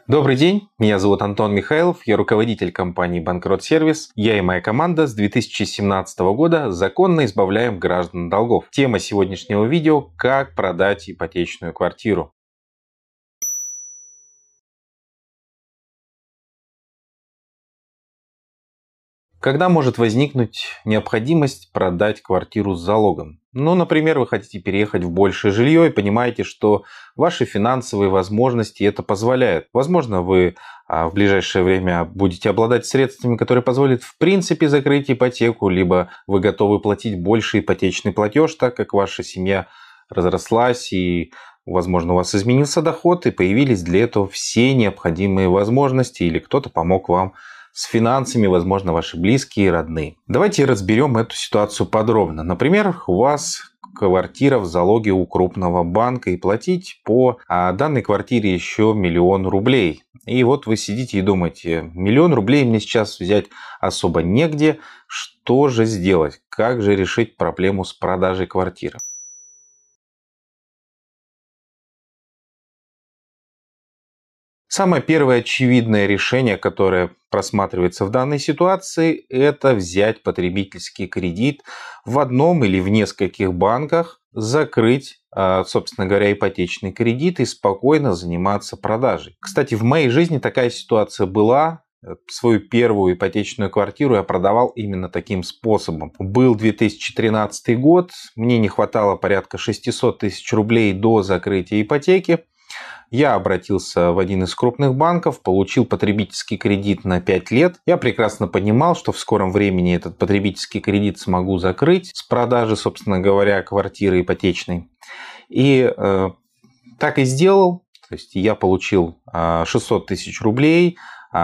Добрый день, меня зовут Антон Михайлов, я руководитель компании Банкрот-сервис. Я и моя команда с 2017 года законно избавляем граждан от долгов. Тема сегодняшнего видео – как продать ипотечную квартиру. Когда может возникнуть необходимость продать квартиру с залогом? Ну, например, вы хотите переехать в большее жилье и понимаете, что ваши финансовые возможности это позволяют. Возможно, вы в ближайшее время будете обладать средствами, которые позволят в принципе закрыть ипотеку, либо вы готовы платить больше ипотечный платеж, так как ваша семья разрослась и возможно, у вас изменился доход и появились для этого все необходимые возможности или кто-то помог вам с финансами, возможно, ваши близкие и родные. Давайте разберем эту ситуацию подробно. Например, у вас квартира в залоге у крупного банка и платить по данной квартире еще 1 000 000 рублей. И вот вы сидите и думаете, 1 000 000 рублей мне сейчас взять особо негде. Что же сделать? Как же решить проблему с продажей квартиры? Самое первое очевидное решение, которое просматривается в данной ситуации, это взять потребительский кредит в одном или в нескольких банках, закрыть, собственно говоря, ипотечный кредит и спокойно заниматься продажей. Кстати, в моей жизни такая ситуация была. Свою первую ипотечную квартиру я продавал именно таким способом. Был 2013 год, мне не хватало порядка 600 тысяч рублей до закрытия ипотеки. Я обратился в один из крупных банков, получил потребительский кредит на 5 лет. Я прекрасно понимал, что в скором времени этот потребительский кредит смогу закрыть с продажи, собственно говоря, квартиры ипотечной. И так и сделал. То есть я получил 600 тысяч рублей,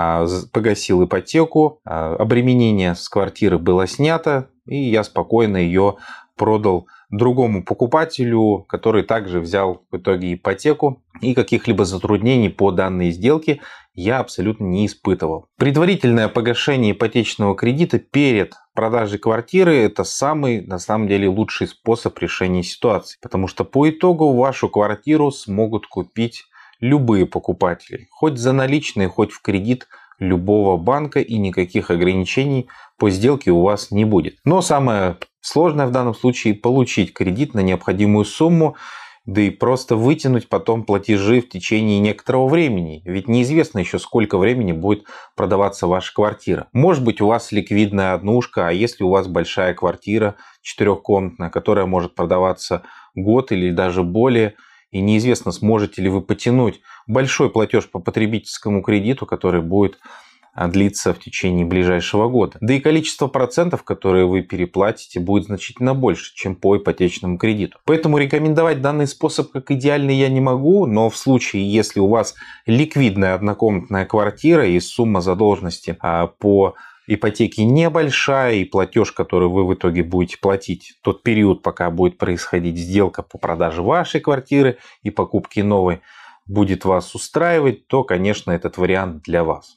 погасил ипотеку, обременение с квартиры было снято, и я спокойно ее продал другому покупателю, который также взял в итоге ипотеку, и каких-либо затруднений по данной сделке я абсолютно не испытывал. Предварительное погашение ипотечного кредита перед продажей квартиры – это самый, на самом деле, лучший способ решения ситуации, потому что по итогу вашу квартиру смогут купить любые покупатели, хоть за наличные, хоть в кредит любого банка, и никаких ограничений по сделке у вас не будет. Но самое сложное в данном случае получить кредит на необходимую сумму, да и просто вытянуть потом платежи в течение некоторого времени. Ведь неизвестно еще, сколько времени будет продаваться ваша квартира. Может быть, у вас ликвидная однушка, а если у вас большая квартира четырехкомнатная, которая может продаваться год или даже более, и неизвестно, сможете ли вы потянуть большой платеж по потребительскому кредиту, который будет длиться в течение ближайшего года. Да и количество процентов, которые вы переплатите, будет значительно больше, чем по ипотечному кредиту. Поэтому рекомендовать данный способ как идеальный я не могу, но в случае, если у вас ликвидная однокомнатная квартира и сумма задолженности по ипотеки небольшая, и платеж, который вы в итоге будете платить тот период, пока будет происходить сделка по продаже вашей квартиры и покупке новой, будет вас устраивать, то, конечно, этот вариант для вас.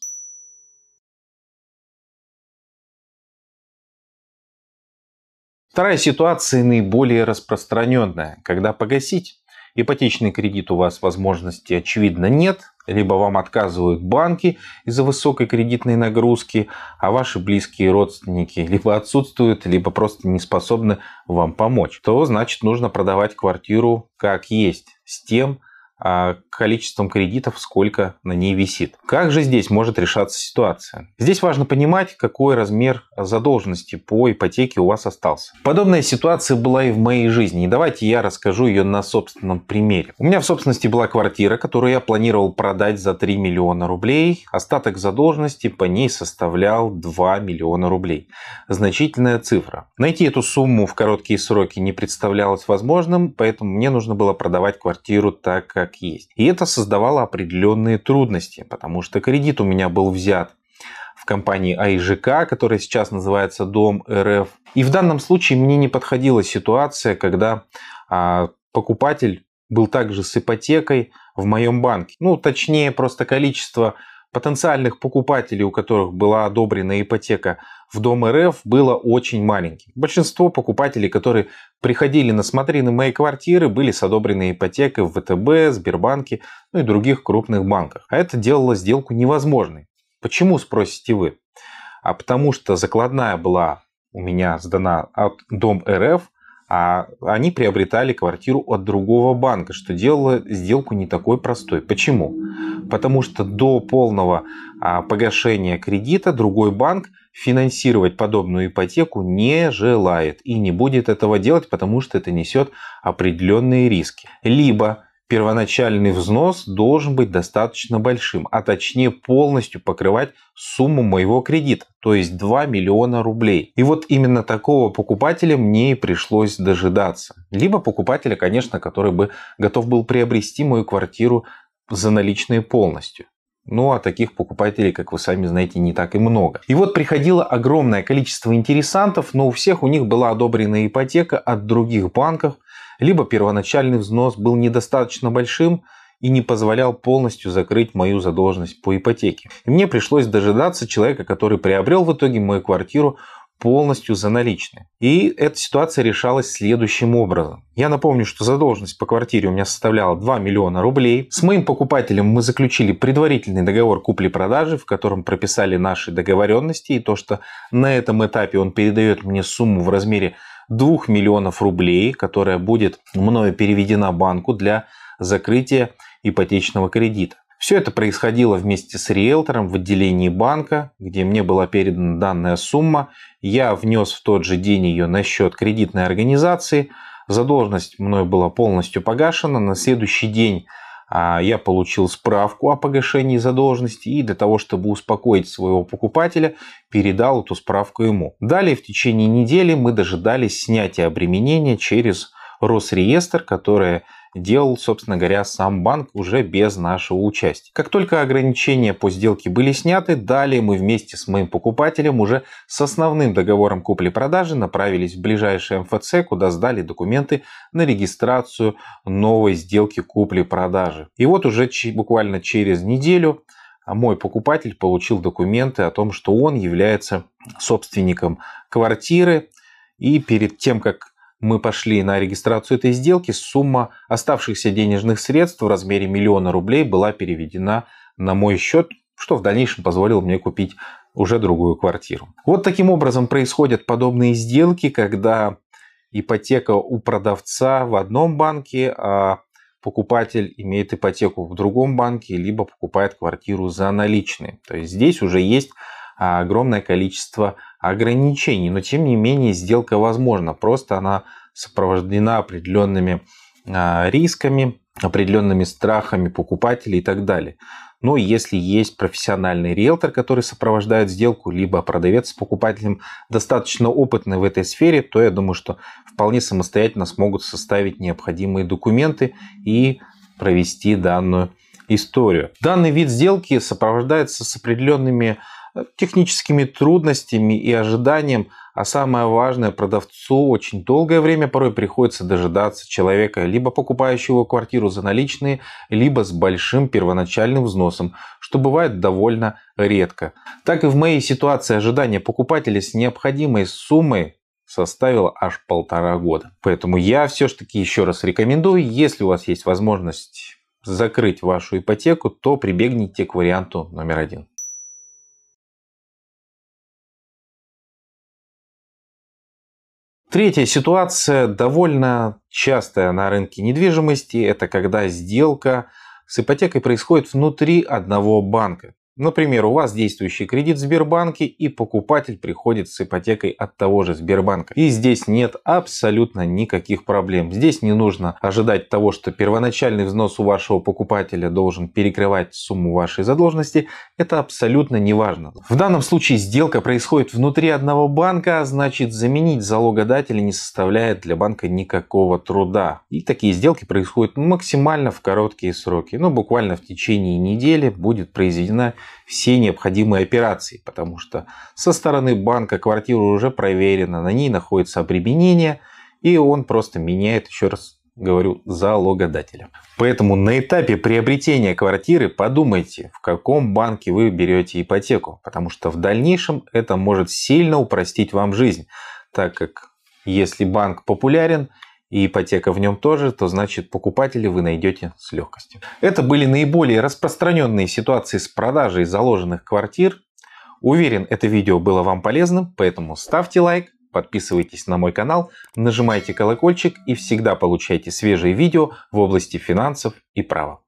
Вторая ситуация наиболее распространенная, когда погасить ипотечный кредит у вас возможности очевидно нет, либо вам отказывают банки из-за высокой кредитной нагрузки, а ваши близкие родственники либо отсутствуют, либо просто не способны вам помочь. То значит нужно продавать квартиру как есть, с тем количеством кредитов, сколько на ней висит. Как же здесь может решаться ситуация? Здесь важно понимать, какой размер задолженности по ипотеке у вас остался. Подобная ситуация была и в моей жизни. И давайте я расскажу ее на собственном примере. У меня в собственности была квартира, которую я планировал продать за 3 миллиона рублей. Остаток задолженности по ней составлял 2 миллиона рублей. Значительная цифра. Найти эту сумму в короткие сроки не представлялось возможным, поэтому мне нужно было продавать квартиру так, как есть. И это создавало определенные трудности, потому что кредит у меня был взят в компании АИЖК, которая сейчас называется Дом РФ. И в данном случае мне не подходила ситуация, когда покупатель был также с ипотекой в моем банке. Ну, точнее, просто количество потенциальных покупателей, у которых была одобрена ипотека в Дом РФ, было очень маленьким. Большинство покупателей, которые приходили на смотрины моей квартиры, были с одобренной ипотекой в ВТБ, Сбербанке, ну и других крупных банках. А это делало сделку невозможной. Почему, спросите вы? А потому что закладная была у меня сдана от Дом РФ, а они приобретали квартиру от другого банка, что делало сделку не такой простой. Почему? Потому что до полного погашения кредита другой банк финансировать подобную ипотеку не желает и не будет этого делать, потому что это несет определенные риски. Либо первоначальный взнос должен быть достаточно большим, а точнее полностью покрывать сумму моего кредита, то есть 2 миллиона рублей. И вот именно такого покупателя мне и пришлось дожидаться. Либо покупателя, конечно, который бы готов был приобрести мою квартиру за наличные полностью. Ну, а таких покупателей, как вы сами знаете, не так и много. И вот приходило огромное количество интересантов, но у всех у них была одобрена ипотека от других банков, либо первоначальный взнос был недостаточно большим и не позволял полностью закрыть мою задолженность по ипотеке. И мне пришлось дожидаться человека, который приобрел в итоге мою квартиру полностью за наличные. И эта ситуация решалась следующим образом. Я напомню, что задолженность по квартире у меня составляла 2 миллиона рублей. С моим покупателем мы заключили предварительный договор купли-продажи, в котором прописали наши договоренности и то, что на этом этапе он передает мне сумму в размере 2 миллионов рублей, которая будет мною переведена банку для закрытия ипотечного кредита. Все это происходило вместе с риэлтором в отделении банка, где мне была передана данная сумма. Я внес в тот же день ее на счет кредитной организации. Задолженность мной была полностью погашена. На следующий день я получил справку о погашении задолженности и для того, чтобы успокоить своего покупателя, передал эту справку ему. Далее в течение недели мы дожидались снятия обременения через Росреестр, которое делал, собственно говоря, сам банк уже без нашего участия. Как только ограничения по сделке были сняты, далее мы вместе с моим покупателем уже с основным договором купли-продажи направились в ближайший МФЦ, куда сдали документы на регистрацию новой сделки купли-продажи. И вот уже буквально через неделю мой покупатель получил документы о том, что он является собственником квартиры. И перед тем, как мы пошли на регистрацию этой сделки, сумма оставшихся денежных средств в размере 1 миллиона рублей была переведена на мой счет, что в дальнейшем позволило мне купить уже другую квартиру. Вот таким образом происходят подобные сделки, когда ипотека у продавца в одном банке, а покупатель имеет ипотеку в другом банке, либо покупает квартиру за наличные. То есть здесь уже есть огромное количество ограничений, но тем не менее сделка возможна, просто она сопровождена определенными рисками, определенными страхами покупателей и так далее. Но если есть профессиональный риэлтор, который сопровождает сделку, либо продавец с покупателем достаточно опытный в этой сфере, то я думаю, что вполне самостоятельно смогут составить необходимые документы и провести данную историю. Данный вид сделки сопровождается с определенными техническими трудностями и ожиданием, а самое важное, продавцу очень долгое время порой приходится дожидаться человека, либо покупающего квартиру за наличные, либо с большим первоначальным взносом, что бывает довольно редко. Так и в моей ситуации ожидание покупателя с необходимой суммой составило аж 1,5 года. Поэтому я все-таки еще раз рекомендую, если у вас есть возможность закрыть вашу ипотеку, то прибегните к варианту номер 1. Третья ситуация, довольно частая на рынке недвижимости, это когда сделка с ипотекой происходит внутри одного банка. Например, у вас действующий кредит в Сбербанке, и покупатель приходит с ипотекой от того же Сбербанка. И здесь нет абсолютно никаких проблем. Здесь не нужно ожидать того, что первоначальный взнос у вашего покупателя должен перекрывать сумму вашей задолженности. Это абсолютно не важно. В данном случае сделка происходит внутри одного банка, а значит заменить залогодателя не составляет для банка никакого труда. И такие сделки происходят максимально в короткие сроки. Буквально в течение недели будет произведена все необходимые операции, потому что со стороны банка квартира уже проверена, на ней находится обременение, и он просто меняет еще раз говорю залогодателям. Поэтому на этапе приобретения квартиры подумайте, в каком банке вы берете ипотеку, потому что в дальнейшем это может сильно упростить вам жизнь, так как если банк популярен и ипотека в нем тоже, то значит покупателей вы найдете с легкостью. Это были наиболее распространенные ситуации с продажей заложенных квартир. Уверен, это видео было вам полезным, поэтому ставьте лайк, подписывайтесь на мой канал, нажимайте колокольчик и всегда получайте свежие видео в области финансов и права.